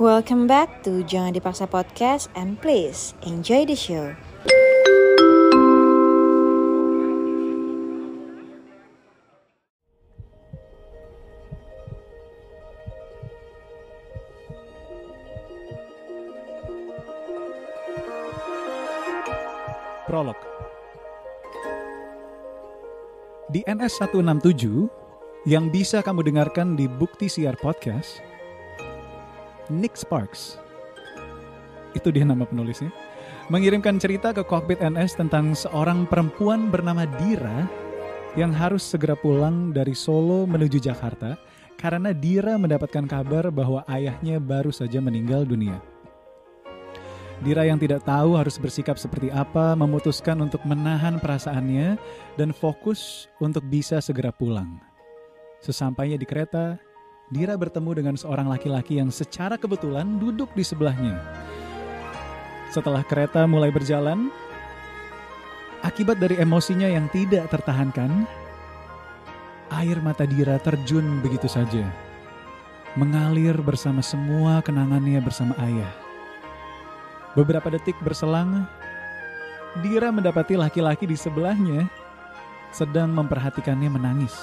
Welcome back to Jangan Dipaksa Podcast and please enjoy the show. Prolog. Di NS 167 yang bisa kamu dengarkan di Bukti Siar Podcast, Nick Sparks, itu dia nama penulisnya, mengirimkan cerita ke kokpit NS tentang seorang perempuan bernama Dira yang harus segera pulang dari Solo menuju Jakarta karena Dira mendapatkan kabar bahwa ayahnya baru saja meninggal dunia. Dira yang tidak tahu harus bersikap seperti apa memutuskan untuk menahan perasaannya dan fokus untuk bisa segera pulang. Sesampainya di kereta, Dira bertemu dengan seorang laki-laki yang secara kebetulan duduk di sebelahnya. Setelah kereta mulai berjalan, akibat dari emosinya yang tidak tertahankan, air mata Dira terjun begitu saja, mengalir bersama semua kenangannya bersama ayah. Beberapa detik berselang, Dira mendapati laki-laki di sebelahnya sedang memperhatikannya menangis.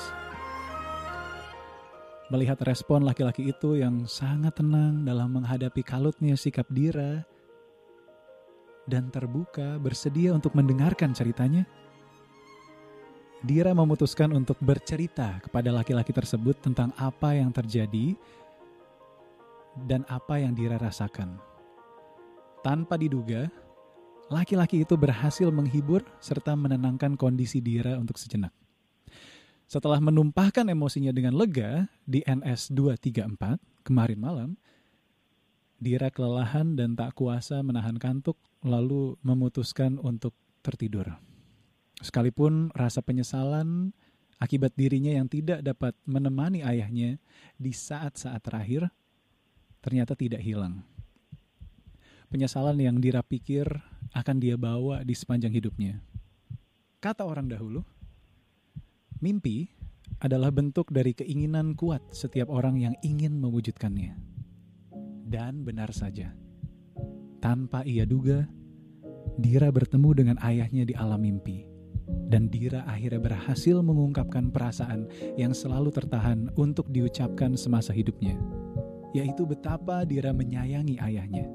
Melihat respon laki-laki itu yang sangat tenang dalam menghadapi kalutnya sikap Dira dan terbuka bersedia untuk mendengarkan ceritanya, Dira memutuskan untuk bercerita kepada laki-laki tersebut tentang apa yang terjadi dan apa yang Dira rasakan. Tanpa diduga, laki-laki itu berhasil menghibur serta menenangkan kondisi Dira untuk sejenak. Setelah menumpahkan emosinya dengan lega di NS 234 kemarin malam, Dira kelelahan dan tak kuasa menahan kantuk lalu memutuskan untuk tertidur. Sekalipun rasa penyesalan akibat dirinya yang tidak dapat menemani ayahnya di saat-saat terakhir ternyata tidak hilang. Penyesalan yang Dira pikir akan dia bawa di sepanjang hidupnya. Kata orang dahulu, mimpi adalah bentuk dari keinginan kuat setiap orang yang ingin mewujudkannya. Dan benar saja, tanpa ia duga, Dira bertemu dengan ayahnya di alam mimpi. Dan Dira akhirnya berhasil mengungkapkan perasaan yang selalu tertahan untuk diucapkan semasa hidupnya, yaitu betapa Dira menyayangi ayahnya.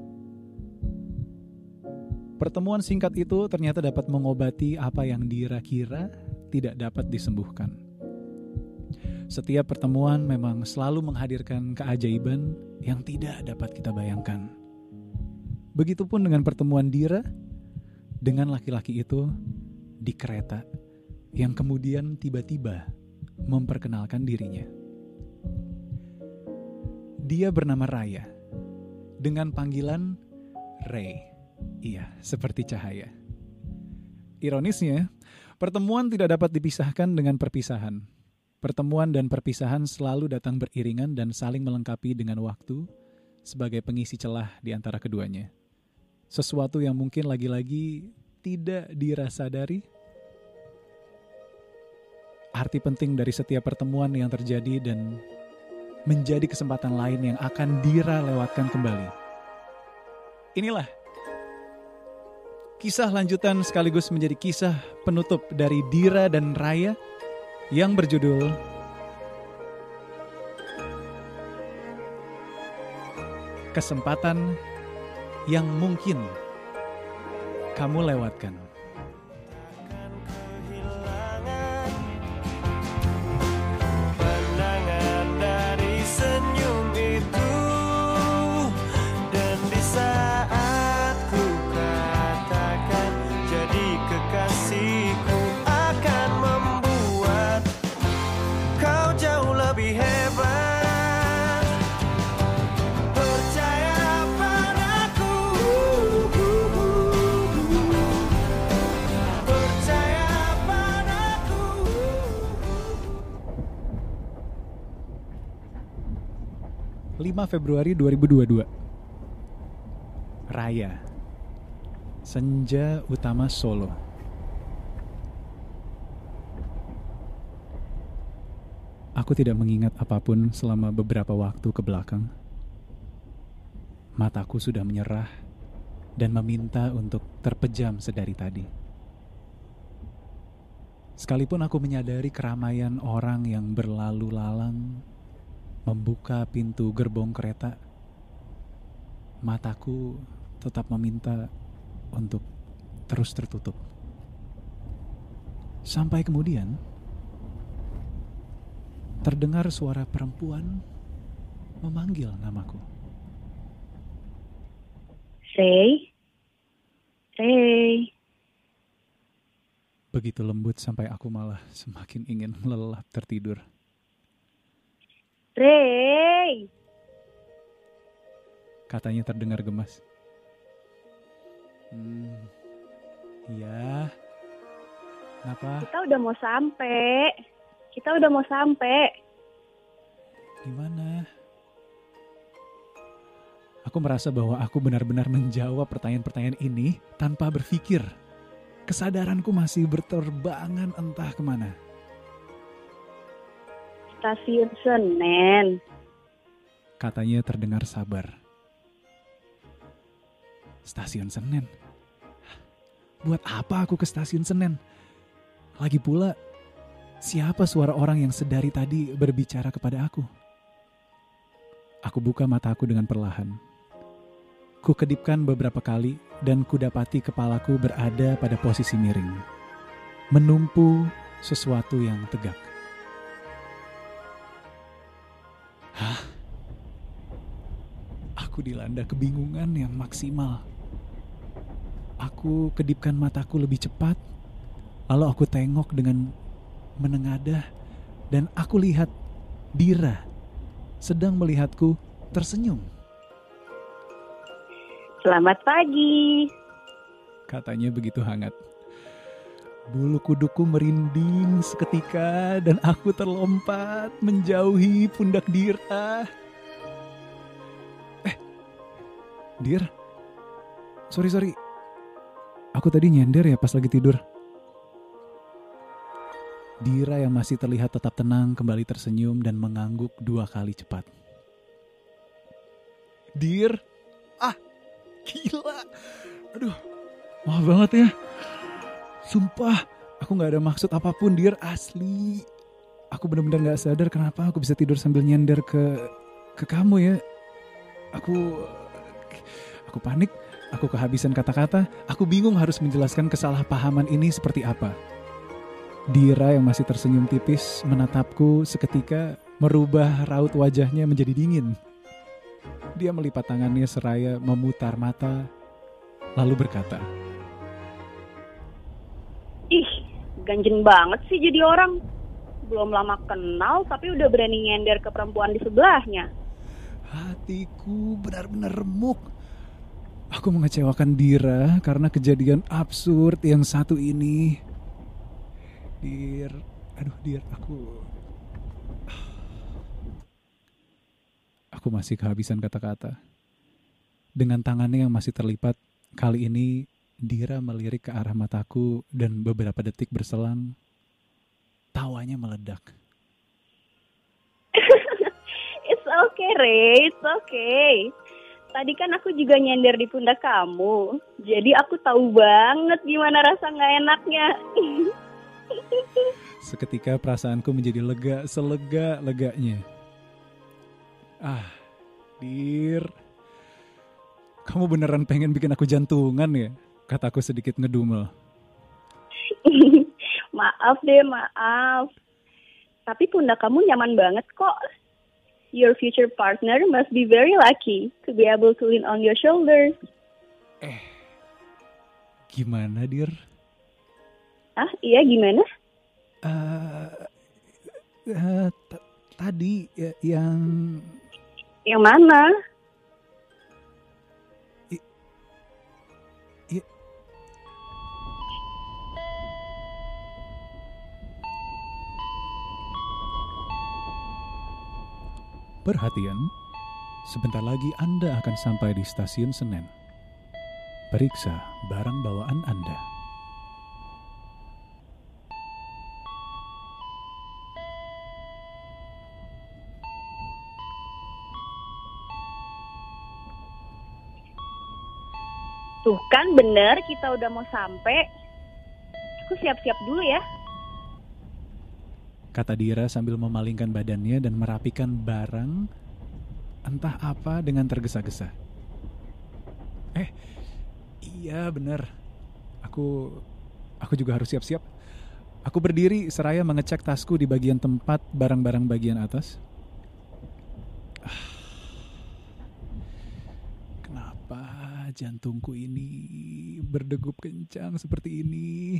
Pertemuan singkat itu ternyata dapat mengobati apa yang Dira kira tidak dapat disembuhkan. Setiap pertemuan memang selalu menghadirkan keajaiban yang tidak dapat kita bayangkan. Begitupun dengan pertemuan Dira dengan laki-laki itu di kereta yang kemudian tiba-tiba memperkenalkan dirinya. Dia bernama Raya dengan panggilan Ray. Iya, seperti cahaya. Ironisnya, pertemuan tidak dapat dipisahkan dengan perpisahan. Pertemuan dan perpisahan selalu datang beriringan dan saling melengkapi dengan waktu sebagai pengisi celah di antara keduanya. Sesuatu yang mungkin lagi-lagi tidak dirasadari. Arti penting dari setiap pertemuan yang terjadi dan menjadi kesempatan lain yang akan Dira lewatkan kembali. Inilah kisah lanjutan sekaligus menjadi kisah penutup dari Dira dan Raya yang berjudul Kesempatan yang Mungkin Kamu Lewatkan. Februari 2022. Raya. Senja Utama Solo. Aku tidak mengingat apapun selama beberapa waktu ke belakang. Mataku sudah menyerah dan meminta untuk terpejam sedari tadi. Sekalipun aku menyadari keramaian orang yang berlalu lalang membuka pintu gerbong kereta, mataku tetap meminta untuk terus tertutup. Sampai kemudian terdengar suara perempuan memanggil namaku. Ray. Ray. Begitu lembut sampai aku malah semakin ingin lelap tertidur. Ray. Katanya terdengar gemas. Iya. Kenapa? Kita udah mau sampai. Di mana? Aku merasa bahwa aku benar-benar menjawab pertanyaan-pertanyaan ini tanpa berpikir. Kesadaranku masih berterbangan entah kemana. Stasiun Senen. Katanya terdengar sabar. Stasiun Senen? Buat apa aku ke stasiun Senen? Lagi pula, siapa suara orang yang sedari tadi berbicara kepada aku? Aku buka mataku dengan perlahan. Ku kedipkan beberapa kali dan kudapati kepalaku berada pada posisi miring, menumpu sesuatu yang tegak. Hah? Aku dilanda kebingungan yang maksimal. Aku kedipkan mataku lebih cepat, lalu aku tengok dengan menengadah dan aku lihat Dira sedang melihatku tersenyum. Selamat pagi. Katanya begitu hangat. Bulu kuduku merinding seketika dan aku terlompat menjauhi pundak Dira. Dir, sorry. Aku tadi nyender ya pas lagi tidur. Dira yang masih terlihat tetap tenang kembali tersenyum dan mengangguk 2 kali cepat. Dir, gila. Aduh, maaf banget ya. Sumpah, aku gak ada maksud apapun, Dir, asli. Aku benar-benar gak sadar kenapa aku bisa tidur sambil nyender ke kamu ya. Aku panik, aku kehabisan kata-kata, aku bingung harus menjelaskan kesalahpahaman ini seperti apa. Dira yang masih tersenyum tipis menatapku seketika merubah raut wajahnya menjadi dingin. Dia melipat tangannya seraya memutar mata, lalu berkata, Ih, ganjen banget sih jadi orang. Belum lama kenal tapi udah berani nyender ke perempuan di sebelahnya. hatiku benar-benar remuk. Aku mengecewakan Dira karena kejadian absurd yang satu ini. Dir, aku masih kehabisan kata-kata. Dengan tangannya yang masih terlipat, kali ini Dira melirik ke arah mataku dan beberapa detik berselang, tawanya meledak. It's okay, Ray. It's okay. Tadi kan aku juga nyender di pundak kamu. Jadi aku tahu banget gimana rasa gak enaknya. Seketika perasaanku menjadi lega, selega-leganya. Dir, kamu beneran pengen bikin aku jantungan ya? Kataku sedikit ngedumel. Maaf deh, maaf. Tapi pundak kamu nyaman banget kok. Your future partner must be very lucky to be able to lean on your shoulders. Gimana, Dir? Iya gimana? Tadi yang... Yang mana? Perhatian, sebentar lagi Anda akan sampai di stasiun Senen. Periksa barang bawaan Anda. Tuh kan bener, kita udah mau sampai. Aku siap-siap dulu ya. Kata Dira sambil memalingkan badannya dan merapikan barang entah apa dengan tergesa-gesa. Iya bener. Aku juga harus siap-siap. Aku berdiri seraya mengecek tasku di bagian tempat barang-barang bagian atas. Kenapa jantungku ini berdegup kencang seperti ini?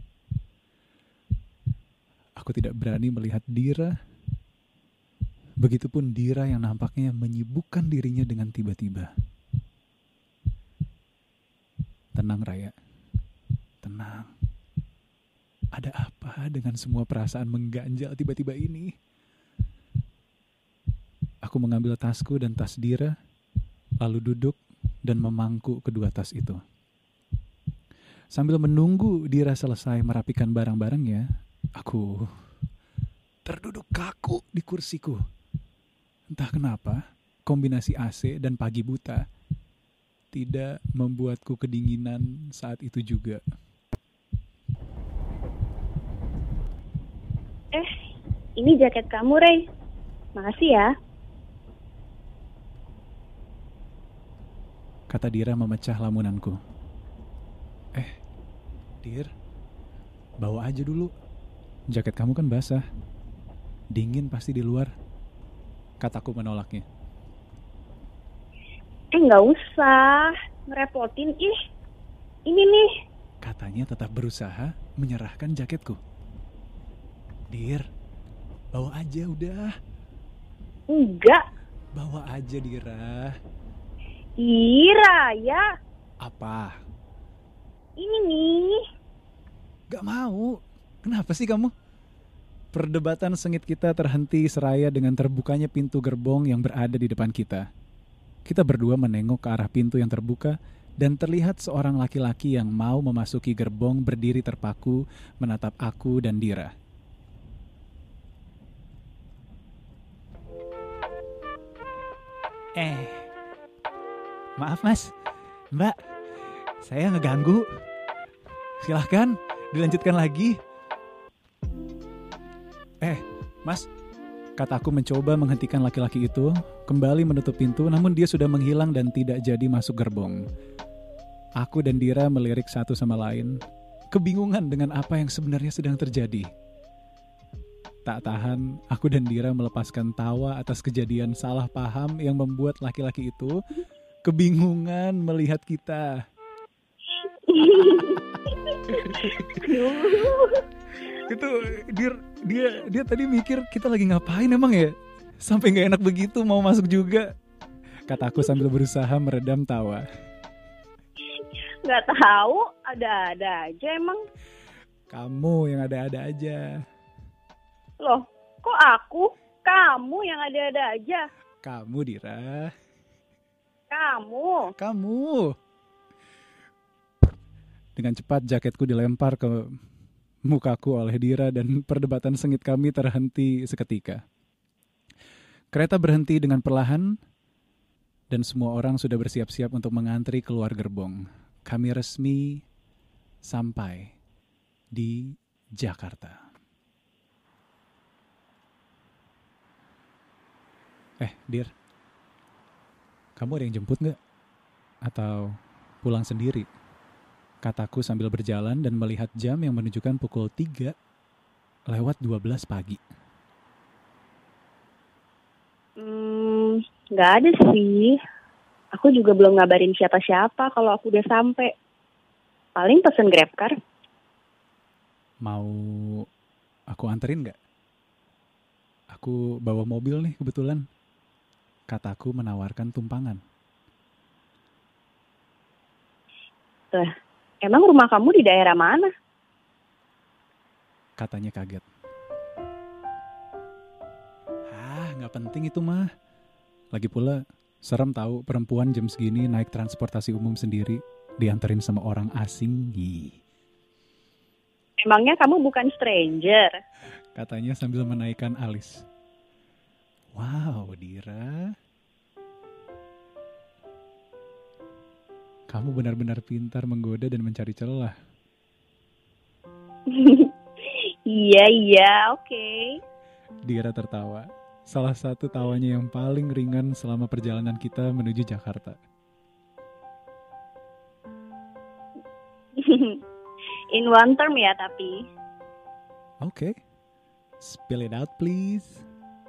Aku tidak berani melihat Dira. Begitupun Dira yang nampaknya menyibukkan dirinya dengan tiba-tiba. Tenang Raya, tenang. Ada apa dengan semua perasaan mengganjal tiba-tiba ini? Aku mengambil tasku dan tas Dira, lalu duduk dan memangku kedua tas itu. Sambil menunggu Dira selesai merapikan barang-barangnya, aku terduduk kaku di kursiku. Entah kenapa, kombinasi AC dan pagi buta tidak membuatku kedinginan saat itu juga. Ini jaket kamu, Rey. Makasih ya. Kata Dira memecah lamunanku. Dir, bawa aja dulu. Jaket kamu kan basah. Dingin pasti di luar. Kataku menolaknya. Nggak usah. Ngerepotin, Ini nih. Katanya tetap berusaha menyerahkan jaketku. Dir, bawa aja udah. Enggak. Bawa aja Dira. Raya. Apa? Ini nih. Gak mau. Kenapa sih kamu? Perdebatan sengit kita terhenti seraya dengan terbukanya pintu gerbong yang berada di depan kita. Kita berdua menengok ke arah pintu yang terbuka dan terlihat seorang laki-laki yang mau memasuki gerbong berdiri terpaku menatap aku dan Dira. Maaf mas, mbak, saya ngeganggu. Silahkan dilanjutkan lagi. Mas, kataku mencoba menghentikan laki-laki itu, kembali menutup pintu, namun dia sudah menghilang dan tidak jadi masuk gerbong. Aku dan Dira melirik satu sama lain, kebingungan dengan apa yang sebenarnya sedang terjadi. Tak tahan, aku dan Dira melepaskan tawa atas kejadian salah paham yang membuat laki-laki itu kebingungan melihat kita. Itu dia tadi mikir kita lagi ngapain emang ya? Sampai gak enak begitu mau masuk juga. Kataku sambil berusaha meredam tawa. Gak tahu, ada-ada aja emang. Kamu yang ada-ada aja. Loh, kok aku? Kamu yang ada-ada aja. Kamu Dira. Kamu. Dengan cepat jaketku dilempar ke mukaku oleh Dira dan perdebatan sengit kami terhenti seketika. Kereta berhenti dengan perlahan dan semua orang sudah bersiap-siap untuk mengantri keluar gerbong. Kami resmi sampai di Jakarta. Dir, kamu ada yang jemput gak? Atau pulang sendiri? Kataku sambil berjalan dan melihat jam yang menunjukkan pukul 3 lewat 12 pagi. Gak ada sih. Aku juga belum ngabarin siapa-siapa kalau aku udah sampai. Paling pesen GrabCar. Mau aku anterin gak? Aku bawa mobil nih kebetulan. Kataku menawarkan tumpangan. Emang rumah kamu di daerah mana? Katanya kaget. Gak penting itu mah. Lagi pula serem tahu perempuan jam segini naik transportasi umum sendiri dianterin sama orang asing. Emangnya kamu bukan stranger? Katanya sambil menaikkan alis. Wow, Dira. Kamu benar-benar pintar menggoda dan mencari celah. Iya, oke. Dira tertawa. Salah satu tawanya yang paling ringan selama perjalanan kita menuju Jakarta. In one term ya tapi. Oke. Spill it out please.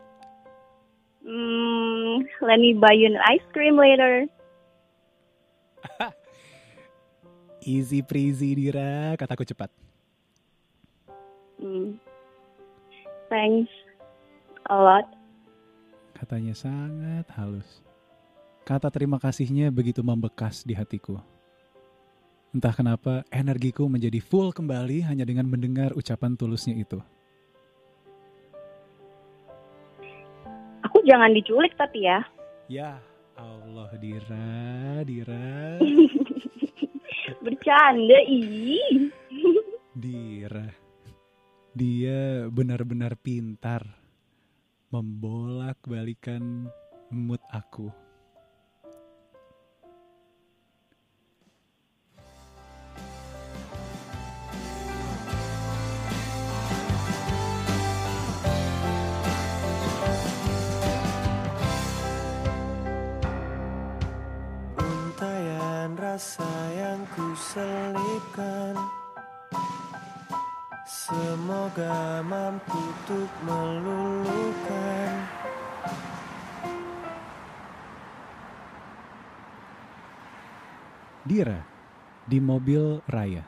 Let me buy you an ice cream later. Easy breezy Dira, kataku cepat. Thanks a lot. Katanya sangat halus. Kata terima kasihnya begitu membekas di hatiku. Entah kenapa energiku menjadi full kembali hanya dengan mendengar ucapan tulusnya itu. Aku jangan diculik tapi ya. Ya Allah Dira. Bercanda ih. Dira. Dia benar-benar pintar membolak-balikan mood aku. Untayan rasa yang ku selipkan, semoga mampu untuk meluluhkan. Dira di mobil Raya.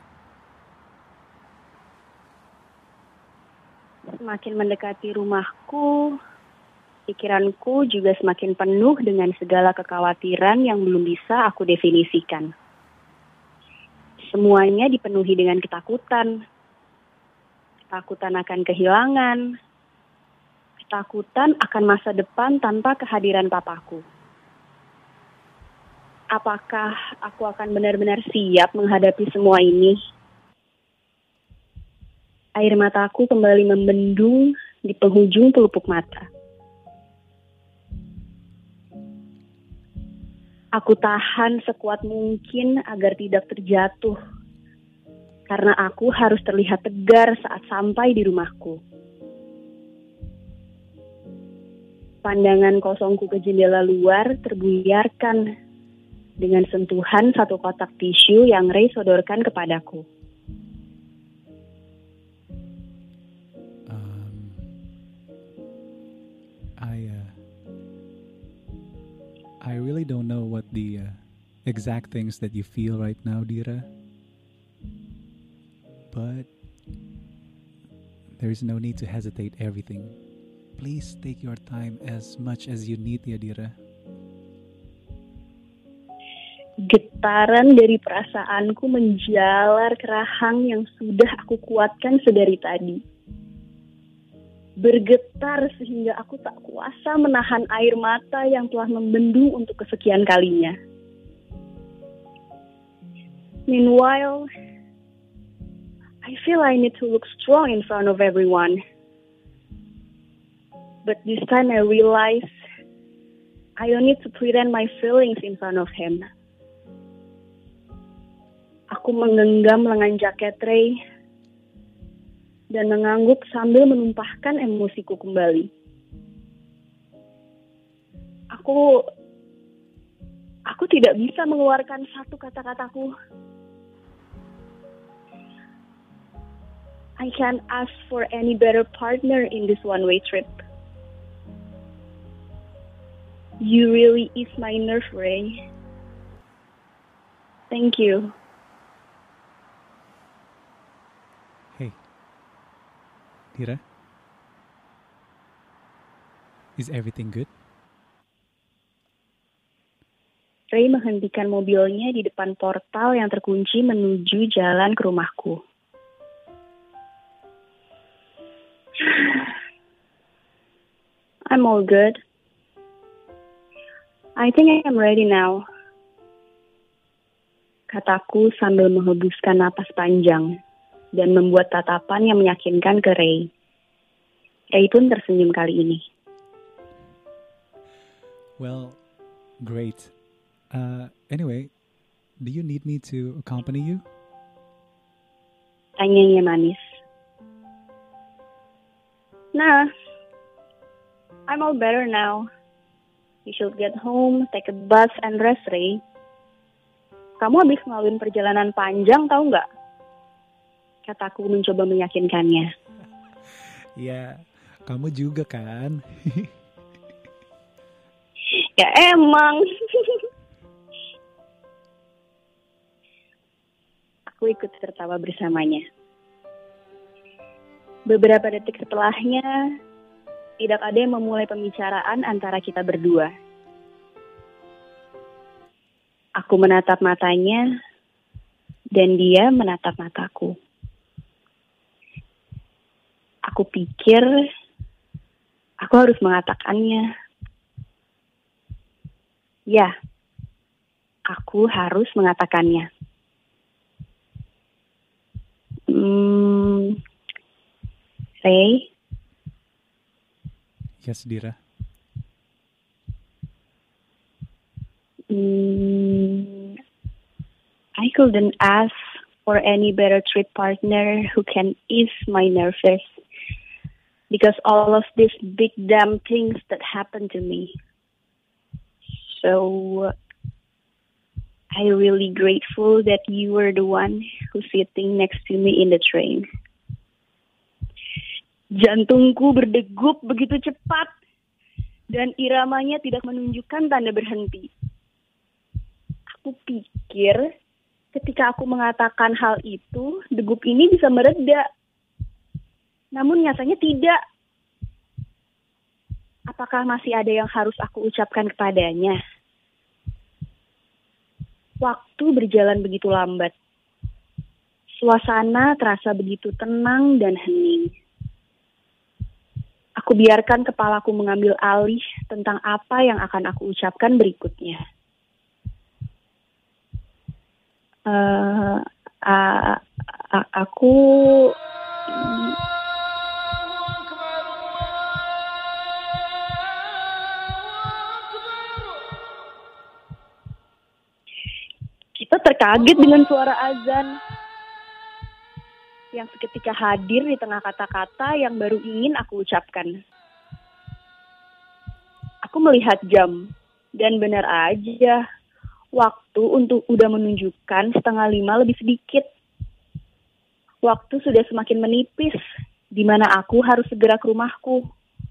Semakin mendekati rumahku, pikiranku juga semakin penuh dengan segala kekhawatiran yang belum bisa aku definisikan. Semuanya dipenuhi dengan ketakutan. Ketakutan akan kehilangan. Ketakutan akan masa depan tanpa kehadiran papaku. Apakah aku akan benar-benar siap menghadapi semua ini? Air mataku kembali membendung di penghujung pelupuk mata. Aku tahan sekuat mungkin agar tidak terjatuh, karena aku harus terlihat tegar saat sampai di rumahku. Pandangan kosongku ke jendela luar terbuyarkan dengan sentuhan satu kotak tisu yang Ray sodorkan kepadaku. I really don't know what the exact things that you feel right now, Dira. But there is no need to hesitate everything. Please take your time as much as you need, ya Dira. Getaran dari perasaanku menjalar ke rahang yang sudah aku kuatkan sedari tadi. Bergetar sehingga aku tak kuasa menahan air mata yang telah membendung untuk kesekian kalinya. Meanwhile, I feel I need to look strong in front of everyone. But this time I realize I don't need to pretend my feelings in front of him. Aku menggenggam lengan jaket Ray dan mengangguk sambil menumpahkan emosiku kembali. Aku tidak bisa mengeluarkan satu kata-kataku. I can't ask for any better partner in this one-way trip. You really ease my nerve, Ray. Thank you. Hey, Dira, is everything good? Ray menghentikan mobilnya di depan portal yang terkunci menuju jalan ke rumahku. I'm all good. I think I'm ready now. Kataku sambil menghembuskan napas panjang dan membuat tatapan yang meyakinkan ke Ray. Ray pun tersenyum kali ini. Well, great. Anyway, Do you need me to accompany you? Tanyanya manis. Nah, I'm all better now. You should get home, take a bath, and rest, Ray. Kamu habis ngelaluin perjalanan panjang, tahu nggak? Kataku mencoba meyakinkannya. Ya, kamu juga kan? Ya emang. Aku ikut tertawa bersamanya. Beberapa detik setelahnya, tidak ada yang memulai pembicaraan antara kita berdua. Aku menatap matanya, dan dia menatap mataku. Aku pikir, aku harus mengatakannya. Ya, aku harus mengatakannya. Ray? Yes, Dira. I couldn't ask for any better trip partner who can ease my nerves. Because all of these big damn things that happened to me. So, I'm really grateful that you were the one who's sitting next to me in the train. Jantungku berdegup begitu cepat dan iramanya tidak menunjukkan tanda berhenti. Aku pikir ketika aku mengatakan hal itu, degup ini bisa mereda. Namun nyatanya tidak. Apakah masih ada yang harus aku ucapkan kepadanya? Waktu berjalan begitu lambat. Suasana terasa begitu tenang dan hening. Aku biarkan kepalaku mengambil alih tentang apa yang akan aku ucapkan berikutnya. Aku... Kita terkaget dengan suara azan yang seketika hadir di tengah kata-kata yang baru ingin aku ucapkan. Aku melihat jam, dan benar aja, waktu udah menunjukkan 4:30 lebih sedikit. Waktu sudah semakin menipis, di mana aku harus segera ke rumahku.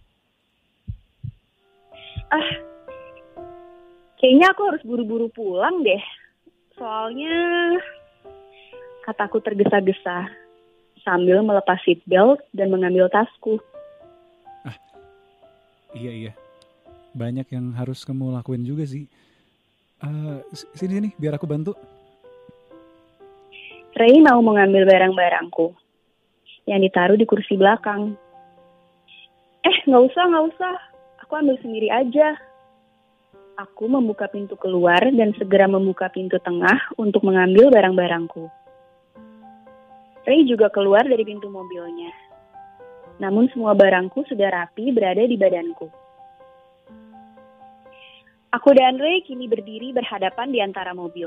Kayaknya aku harus buru-buru pulang deh. Soalnya, kataku tergesa-gesa sambil melepas seatbelt dan mengambil tasku. Iya. Banyak yang harus kamu lakuin juga sih. Sini, biar aku bantu. Ray mau mengambil barang-barangku yang ditaruh di kursi belakang. Nggak usah. Aku ambil sendiri aja. Aku membuka pintu keluar dan segera membuka pintu tengah untuk mengambil barang-barangku. Ray juga keluar dari pintu mobilnya. Namun semua barangku sudah rapi berada di badanku. Aku dan Ray kini berdiri berhadapan di antara mobil.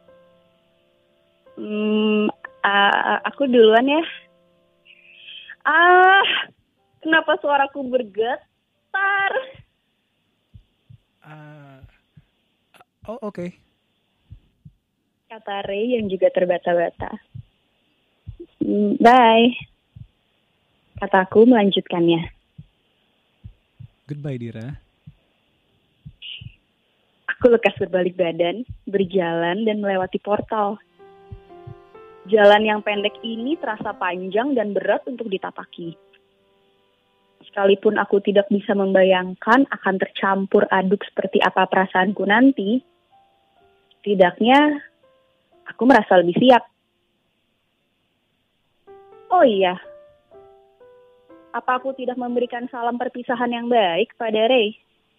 Aku duluan ya. Kenapa suaraku bergetar? Oke. Kata Ray yang juga terbata-bata. Bye. Kataku melanjutkannya. Goodbye, Dira. Aku lekas berbalik badan, berjalan dan melewati portal. Jalan yang pendek ini terasa panjang dan berat untuk ditapaki. Sekalipun aku tidak bisa membayangkan akan tercampur aduk seperti apa perasaanku nanti, setidaknya aku merasa lebih siap. Oh iya, apa aku tidak memberikan salam perpisahan yang baik pada Ray?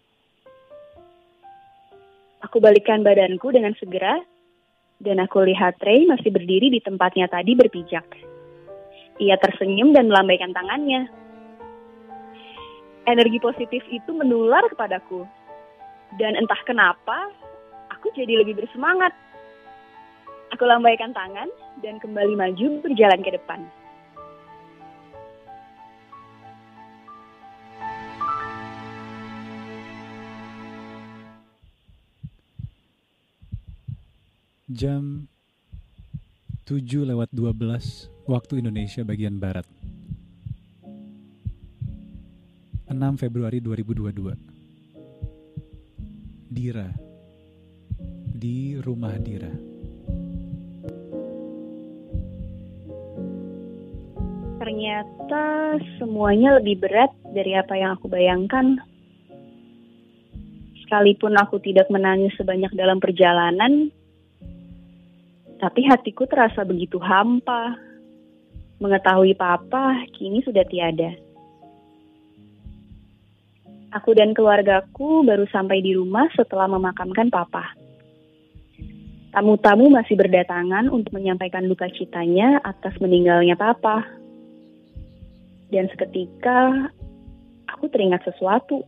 Aku balikkan badanku dengan segera, dan aku lihat Ray masih berdiri di tempatnya tadi berpijak. Ia tersenyum dan melambaikan tangannya. Energi positif itu menular kepadaku. Dan entah kenapa, aku jadi lebih bersemangat. Aku lambaikan tangan dan kembali maju berjalan ke depan. Jam 7:12 waktu Indonesia bagian Barat. 6 Februari 2022. Dira. Di rumah Dira. Ternyata semuanya lebih berat dari apa yang aku bayangkan. Sekalipun aku tidak menangis sebanyak dalam perjalanan, tapi hatiku terasa begitu hampa. Mengetahui papa kini sudah tiada. Aku dan keluargaku baru sampai di rumah setelah memakamkan papa. Tamu-tamu masih berdatangan untuk menyampaikan duka citanya atas meninggalnya papa. Dan seketika aku teringat sesuatu.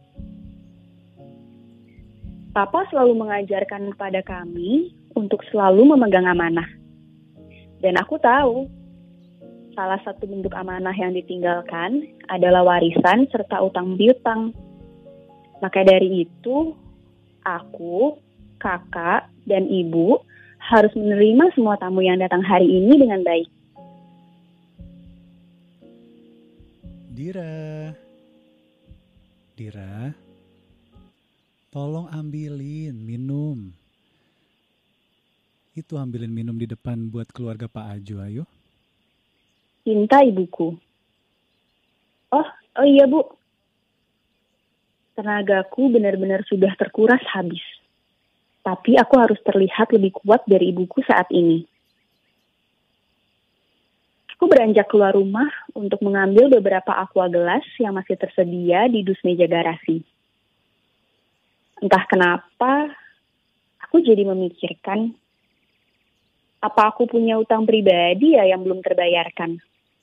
Papa selalu mengajarkan kepada kami untuk selalu memegang amanah. Dan aku tahu, salah satu bentuk amanah yang ditinggalkan adalah warisan serta utang piutang. Maka dari itu, aku, kakak, dan ibu harus menerima semua tamu yang datang hari ini dengan baik. Dira, tolong ambilin minum. Itu ambilin minum di depan buat keluarga Pak Ajo, ayo. Cinta ibuku. Oh iya Bu. Tenagaku benar-benar sudah terkuras habis. Tapi aku harus terlihat lebih kuat dari ibuku saat ini. Aku beranjak keluar rumah untuk mengambil beberapa aqua gelas yang masih tersedia di dus meja garasi. Entah kenapa, aku jadi memikirkan, apa aku punya utang pribadi ya yang belum terbayarkan?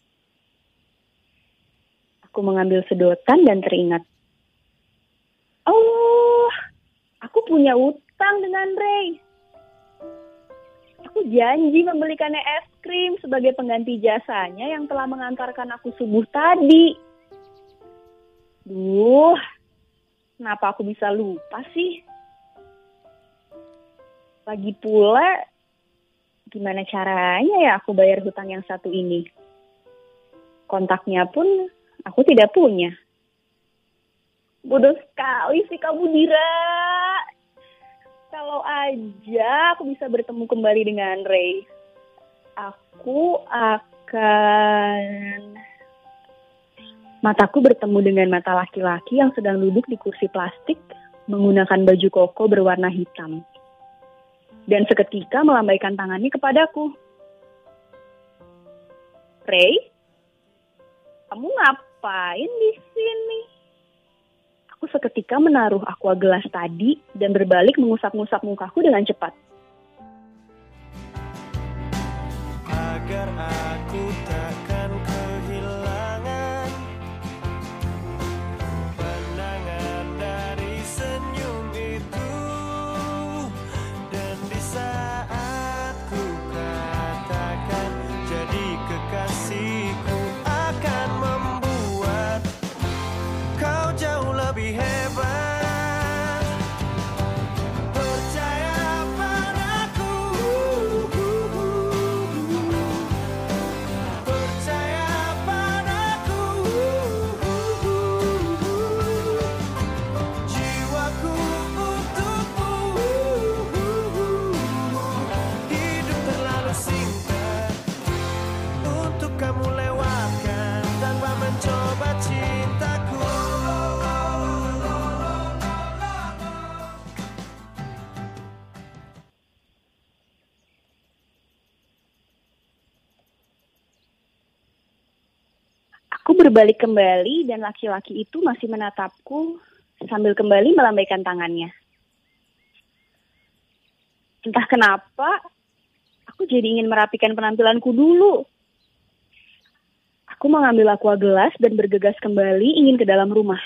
Aku mengambil sedotan dan teringat, oh, aku punya utang dengan Ray. Aku janji membelikannya es krim sebagai pengganti jasanya yang telah mengantarkan aku subuh tadi. Duh, kenapa aku bisa lupa sih? Lagi pula, gimana caranya ya aku bayar hutang yang satu ini? Kontaknya pun aku tidak punya. Bodoh sekali sih kamu, Dira. Kalau aja aku bisa bertemu kembali dengan Ray, aku akan... Mataku bertemu dengan mata laki-laki yang sedang duduk di kursi plastik menggunakan baju koko berwarna hitam. Dan seketika melambaikan tangannya kepadaku. Ray, kamu ngapain di sini? Aku seketika menaruh aqua gelas tadi dan berbalik mengusap-ngusap mukaku dengan cepat. Agar aku takkan kehilangan pandangan dari senyum itu. Dan di saat ku katakan jadi kekasihku akan membuat kau jauh lebih hebat. Percaya padaku, percaya padaku. Jiwaku untukmu. Hidup terlalu singkat untuk kamu lewatkan tanpa mencoba cintaku. Aku berbalik kembali dan laki-laki itu masih menatapku sambil kembali melambaikan tangannya. Entah kenapa, aku jadi ingin merapikan penampilanku dulu. Aku mengambil aqua gelas dan bergegas kembali ingin ke dalam rumah.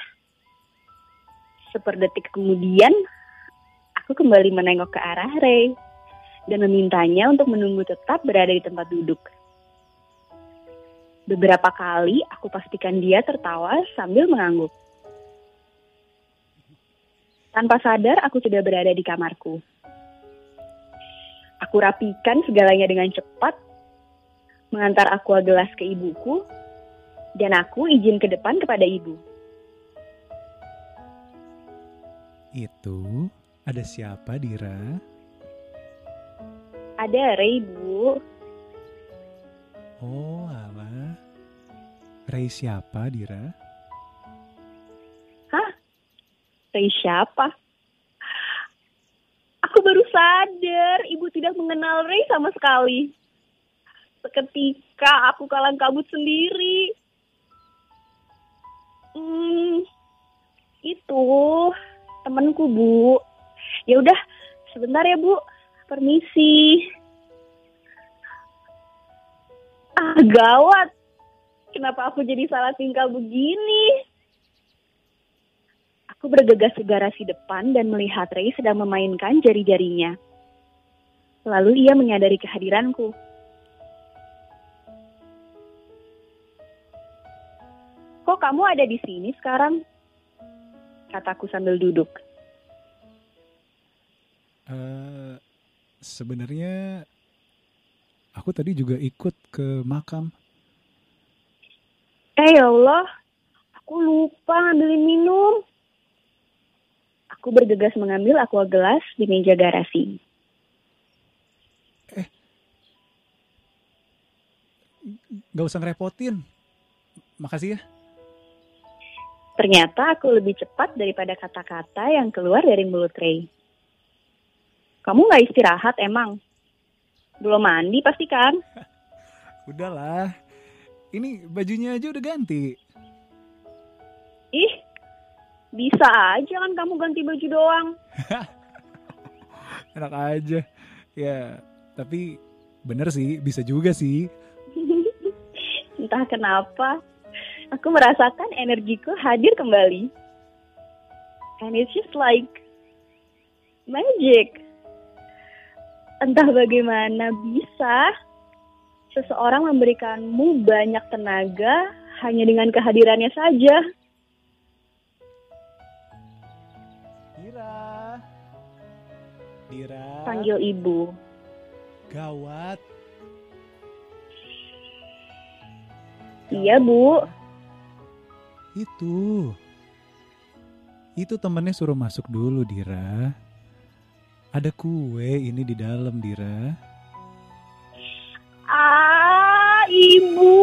Seperdetik kemudian, aku kembali menengok ke arah Ray. dan memintanya untuk menunggu tetap berada di tempat duduk. Beberapa kali aku pastikan dia tertawa sambil mengangguk. Tanpa sadar aku sudah berada di kamarku. Aku rapikan segalanya dengan cepat, mengantar aqua gelas ke ibuku, dan aku izin ke depan kepada ibu. Itu ada siapa, Dira? Ada Ray, Bu. Oh, alah. Ray siapa, Dira? Hah? Ray siapa? Aku baru sadar ibu tidak mengenal Ray sama sekali. Seketika aku kalang kabut sendiri. Itu temanku, Bu. Ya udah, sebentar ya, Bu. Permisi. Gawat. Kenapa aku jadi salah tingkah begini? Aku bergegas ke garasi depan dan melihat Ray sedang memainkan jari-jarinya. Lalu ia menyadari kehadiranku. Kok kamu ada di sini sekarang? Kataku sambil duduk. Sebenarnya aku tadi juga ikut ke makam. Ya Allah, aku lupa ngambilin minum. Aku bergegas mengambil aqua gelas di meja garasi. Gak usah ngerepotin. Makasih ya. Ternyata aku lebih cepat daripada kata-kata yang keluar dari mulut Ray. Kamu gak istirahat emang? Belum mandi pasti kan? Udahlah. Ini bajunya aja udah ganti. Ih, bisa aja kan kamu ganti baju doang. Enak aja. Ya, tapi bener sih, bisa juga sih. Entah kenapa, aku merasakan energiku hadir kembali. And it's just like magic. Entah bagaimana bisa seseorang memberikanmu banyak tenaga hanya dengan kehadirannya saja. Dira. Panggil ibu. Gawat. Iya, Bu. Itu temennya suruh masuk dulu, Dira. Ada kue ini di dalam, Dira. Ibu.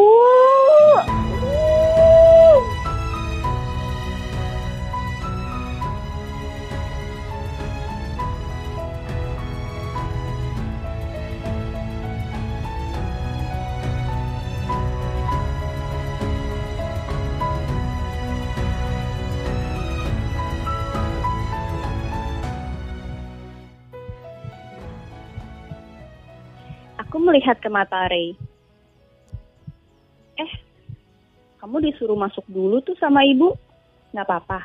Aku melihat ke mata Ray. Kamu disuruh masuk dulu tuh sama ibu. Gak apa-apa.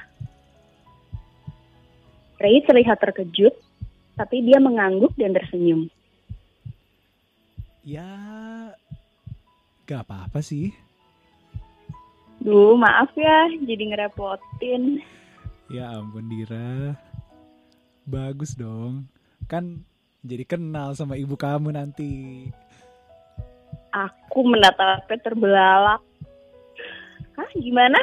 Ray terlihat terkejut, tapi dia mengangguk dan tersenyum. Ya, gak apa-apa sih. Duh, maaf ya, jadi ngerepotin. Ya ampun, Dira. Bagus dong. Kan jadi kenal sama ibu kamu nanti. Aku menatapnya terbelalak. Hah, gimana?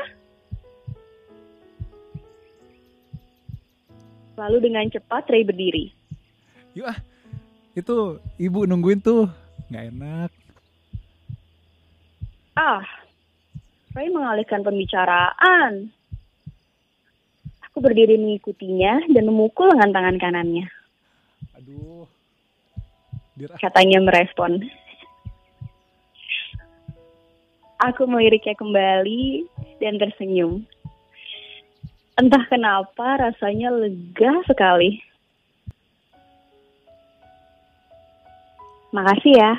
Lalu dengan cepat Ray berdiri. Yuk itu ibu nungguin tuh. Gak enak. Ray mengalihkan pembicaraan. Aku berdiri mengikutinya dan memukul lengan tangan kanannya. Aduh. Dira. Katanya merespon. Aku meliriknya kembali dan tersenyum. Entah kenapa rasanya lega sekali. Makasih ya.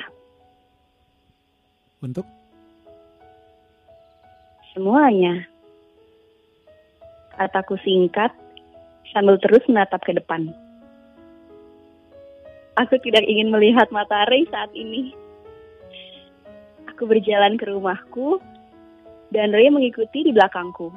Untuk? Semuanya. Kataku singkat sambil terus menatap ke depan. Aku tidak ingin melihat matahari saat ini. Aku berjalan ke rumahku, dan Ray mengikuti di belakangku.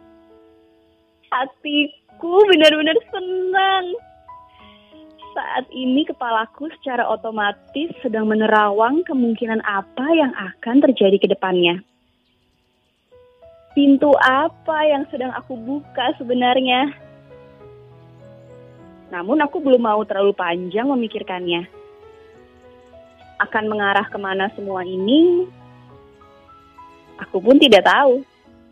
Hatiku benar-benar senang. Saat ini kepalaku secara otomatis sedang menerawang kemungkinan apa yang akan terjadi ke depannya. Pintu apa yang sedang aku buka sebenarnya? Namun aku belum mau terlalu panjang memikirkannya. Akan mengarah kemana semua ini, aku pun tidak tahu.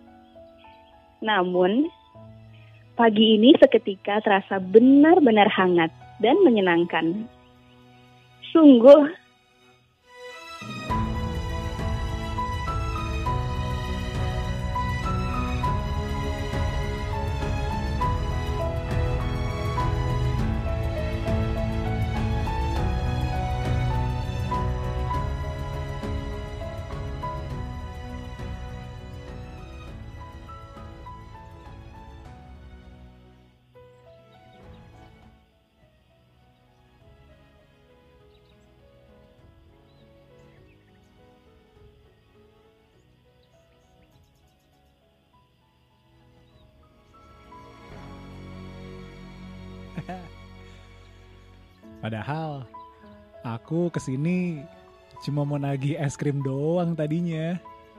Namun, pagi ini seketika terasa benar-benar hangat dan menyenangkan. Sungguh. Padahal aku kesini cuma mau nagih es krim doang tadinya.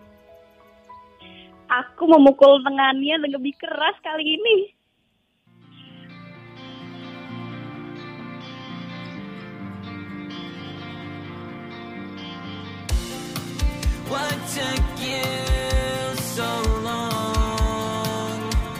Aku memukul tangannya lebih keras kali ini. What took you so long?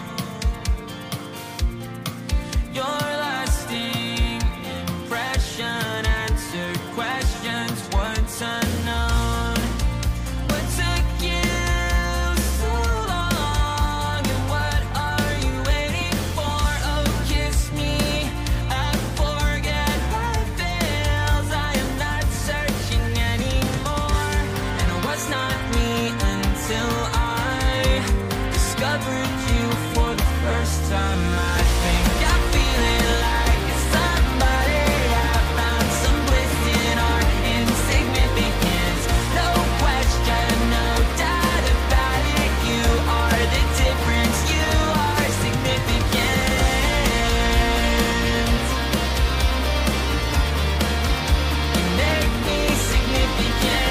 Your lasting impression answered questions once unknown. What took you so long? And what are you waiting for? Oh, kiss me. I forget my fails. I am not searching anymore. And it was not me until I discovered you for the first time. I think I feel it like somebody. I found some bliss in our insignificance. No question, no doubt about it. You are the difference. You are significant. You make me significant.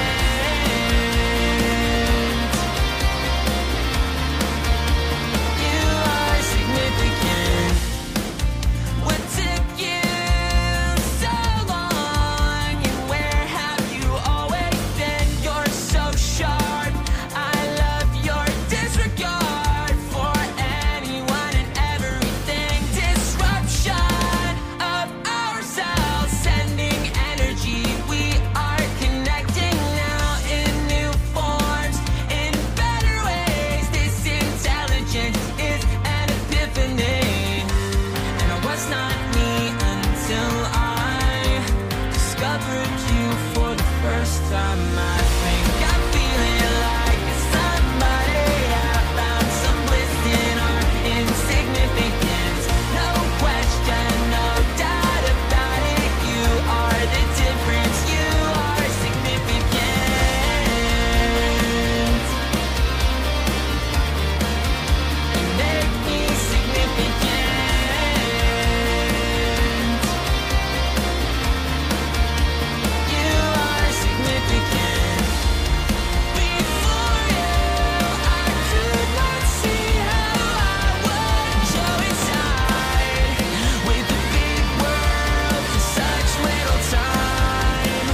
You are significant. What took you so long? And where have you always been? You're so sharp. I love your disregard for anyone and everything. Disruption of ourselves, sending energy. We are connecting now in new forms, in better ways. This intelligence is an epiphany. And it was not me until I discovered you for the first time. I think I feel it like somebody. I found some bliss in our insignificance. No question, no doubt about it. You are the difference. You are significant. You make me significant. You are significant. Before you, I could not see how I would show inside with the big world for such little time.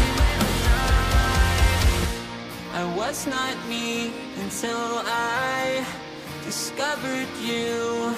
I was not me until I discovered you.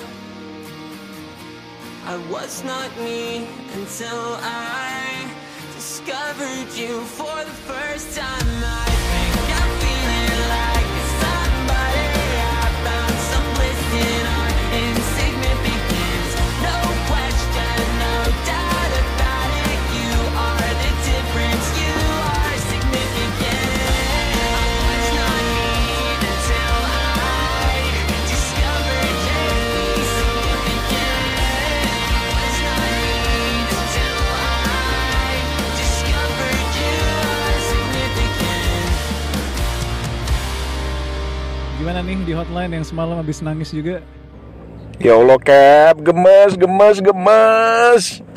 I was not me until I discovered you for the first time. I think I feel it like somebody. I found some bliss in our insignificance. No question, no doubt about it. You are the difference. You are significant. I was not me until I discovered you. Significant. I was not me until I Gimana nih di hotline yang semalam habis nangis juga? Ya Allah Cap, gemes.